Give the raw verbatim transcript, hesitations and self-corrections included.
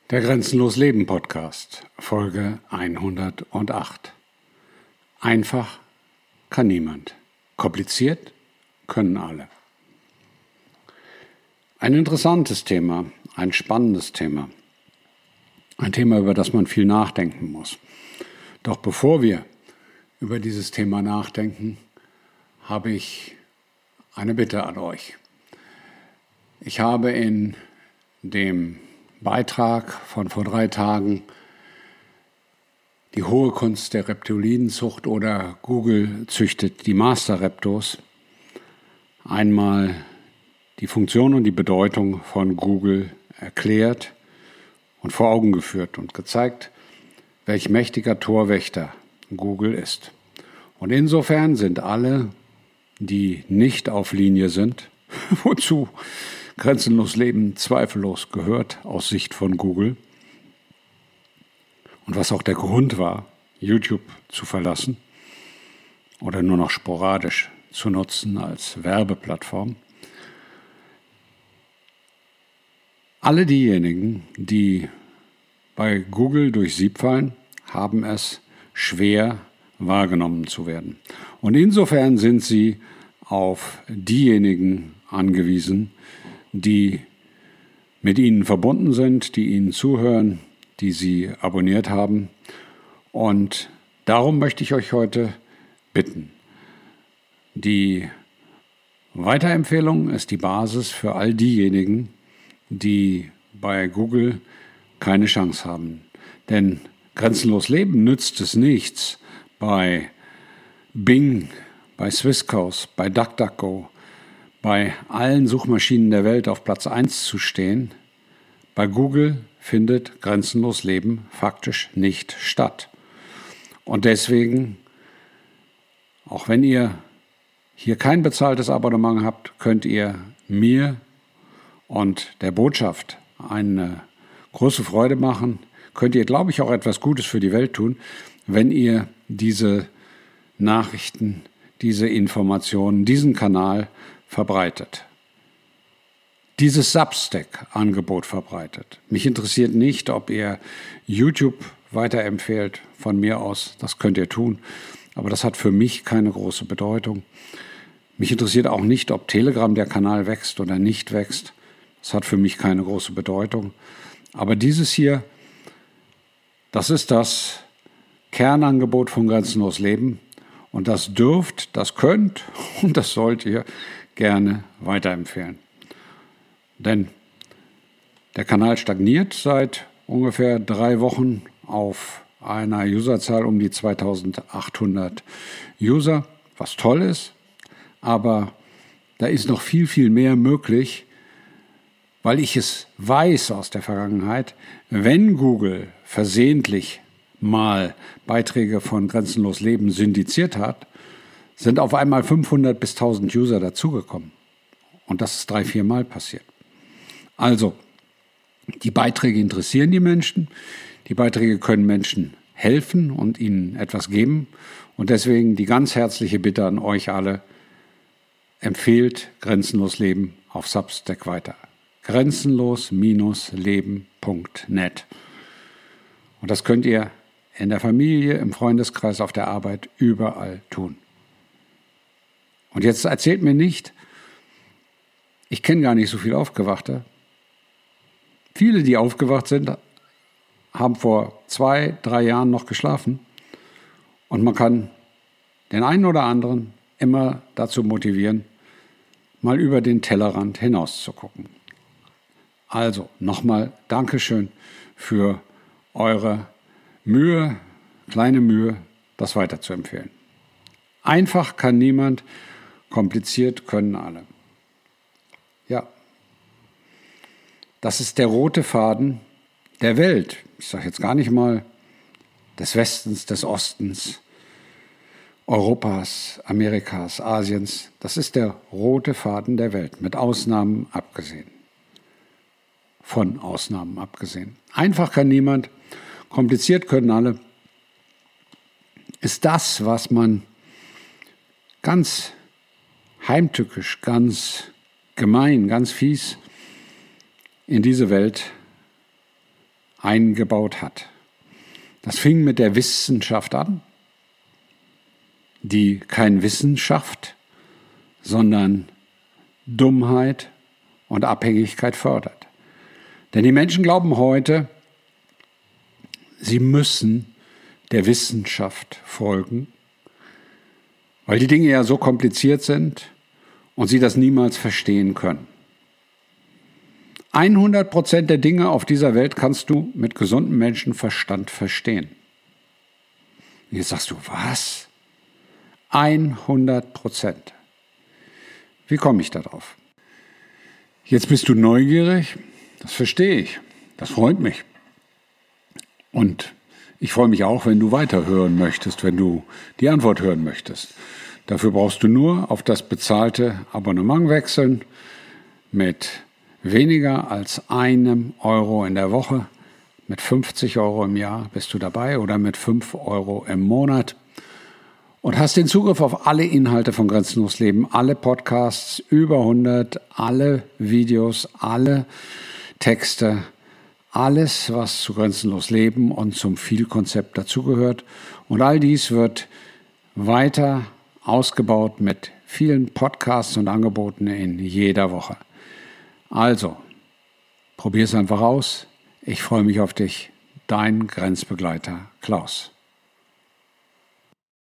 Der Grenzenlos Leben Podcast, Folge hundertacht. Einfach kann niemand. Kompliziert können alle. Ein interessantes Thema, ein spannendes Thema. Ein Thema, über das man viel nachdenken muss. Doch bevor wir über dieses Thema nachdenken, habe ich eine Bitte an euch. Ich habe in dem Beitrag von vor drei Tagen die hohe Kunst der Reptilienzucht oder Google züchtet die Master Reptos einmal die Funktion und die Bedeutung von Google erklärt und vor Augen geführt und gezeigt, welch mächtiger Torwächter Google ist. Und insofern sind alle, die nicht auf Linie sind, wozu Grenzenlos Leben zweifellos gehört aus Sicht von Google und was auch der Grund war, YouTube zu verlassen oder nur noch sporadisch zu nutzen als Werbeplattform. Alle diejenigen, die bei Google durch Sieb fallen, haben es schwer wahrgenommen zu werden. Und insofern sind sie auf diejenigen angewiesen, die mit ihnen verbunden sind, die ihnen zuhören, die sie abonniert haben. Und darum möchte ich euch heute bitten. Die Weiterempfehlung ist die Basis für all diejenigen, die bei Google keine Chance haben. Denn Grenzenlos Leben nützt es nichts, bei Bing, bei Swisscows, bei DuckDuckGo, bei allen Suchmaschinen der Welt auf Platz eins zu stehen. Bei Google findet Grenzenlos Leben faktisch nicht statt. Und deswegen, auch wenn ihr hier kein bezahltes Abonnement habt, könnt ihr mir und der Botschaft eine große Freude machen. Könnt ihr, glaube ich, auch etwas Gutes für die Welt tun, wenn ihr diese Nachrichten, diese Informationen, diesen Kanal verbreitet. Dieses Substack-Angebot verbreitet. Mich interessiert nicht, ob ihr YouTube weiterempfehlt, von mir aus, das könnt ihr tun, aber das hat für mich keine große Bedeutung. Mich interessiert auch nicht, ob Telegram der Kanal wächst oder nicht wächst. Das hat für mich keine große Bedeutung. Aber dieses hier, das ist das Kernangebot von Grenzenlos Leben. Und das dürft, das könnt und das sollt ihr gerne weiterempfehlen. Denn der Kanal stagniert seit ungefähr drei Wochen auf einer Userzahl um die zweitausendachthundert User, was toll ist. Aber da ist noch viel, viel mehr möglich, weil ich es weiß aus der Vergangenheit, wenn Google versehentlich mal Beiträge von Grenzenlos Leben syndiziert hat, sind auf einmal fünfhundert bis tausend User dazugekommen. Und das ist drei, vier Mal passiert. Also, die Beiträge interessieren die Menschen. Die Beiträge können Menschen helfen und ihnen etwas geben. Und deswegen die ganz herzliche Bitte an euch alle, empfehlt Grenzenlos Leben auf Substack weiter. grenzenlos Leben punkt net. Und das könnt ihr in der Familie, im Freundeskreis, auf der Arbeit, überall tun. Und jetzt erzählt mir nicht, ich kenne gar nicht so viele Aufgewachte. Viele, die aufgewacht sind, haben vor zwei, drei Jahren noch geschlafen. Und man kann den einen oder anderen immer dazu motivieren, mal über den Tellerrand hinaus zu gucken. Also nochmal Dankeschön für eure Mühe, kleine Mühe, das weiterzuempfehlen. Einfach kann niemand, kompliziert können alle. Ja, das ist der rote Faden der Welt. Ich sage jetzt gar nicht mal des Westens, des Ostens, Europas, Amerikas, Asiens. Das ist der rote Faden der Welt, mit Ausnahmen abgesehen. Von Ausnahmen abgesehen. Einfach kann niemand, kompliziert können alle, ist das, was man ganz heimtückisch, ganz gemein, ganz fies in diese Welt eingebaut hat. Das fing mit der Wissenschaft an, die kein Wissen schafft, sondern Dummheit und Abhängigkeit fördert. Denn die Menschen glauben heute, sie müssen der Wissenschaft folgen, weil die Dinge ja so kompliziert sind und sie das niemals verstehen können. hundert Prozent der Dinge auf dieser Welt kannst du mit gesundem Menschenverstand verstehen. Jetzt sagst du, was? hundert Prozent. Wie komme ich darauf? Jetzt bist du neugierig. Das verstehe ich. Das freut mich. Und ich freue mich auch, wenn du weiterhören möchtest, wenn du die Antwort hören möchtest. Dafür brauchst du nur auf das bezahlte Abonnement wechseln. Mit weniger als einem Euro in der Woche, mit fünfzig Euro im Jahr bist du dabei oder mit fünf Euro im Monat und hast den Zugriff auf alle Inhalte von Grenzenlos Leben, alle Podcasts, über hundert, alle Videos, alle Texte, alles, was zu Grenzenlos Leben und zum Viel-Konzept dazugehört. Und all dies wird weiter ausgebaut mit vielen Podcasts und Angeboten in jeder Woche. Also, probier es einfach aus. Ich freue mich auf dich. Dein Grenzbegleiter Klaus.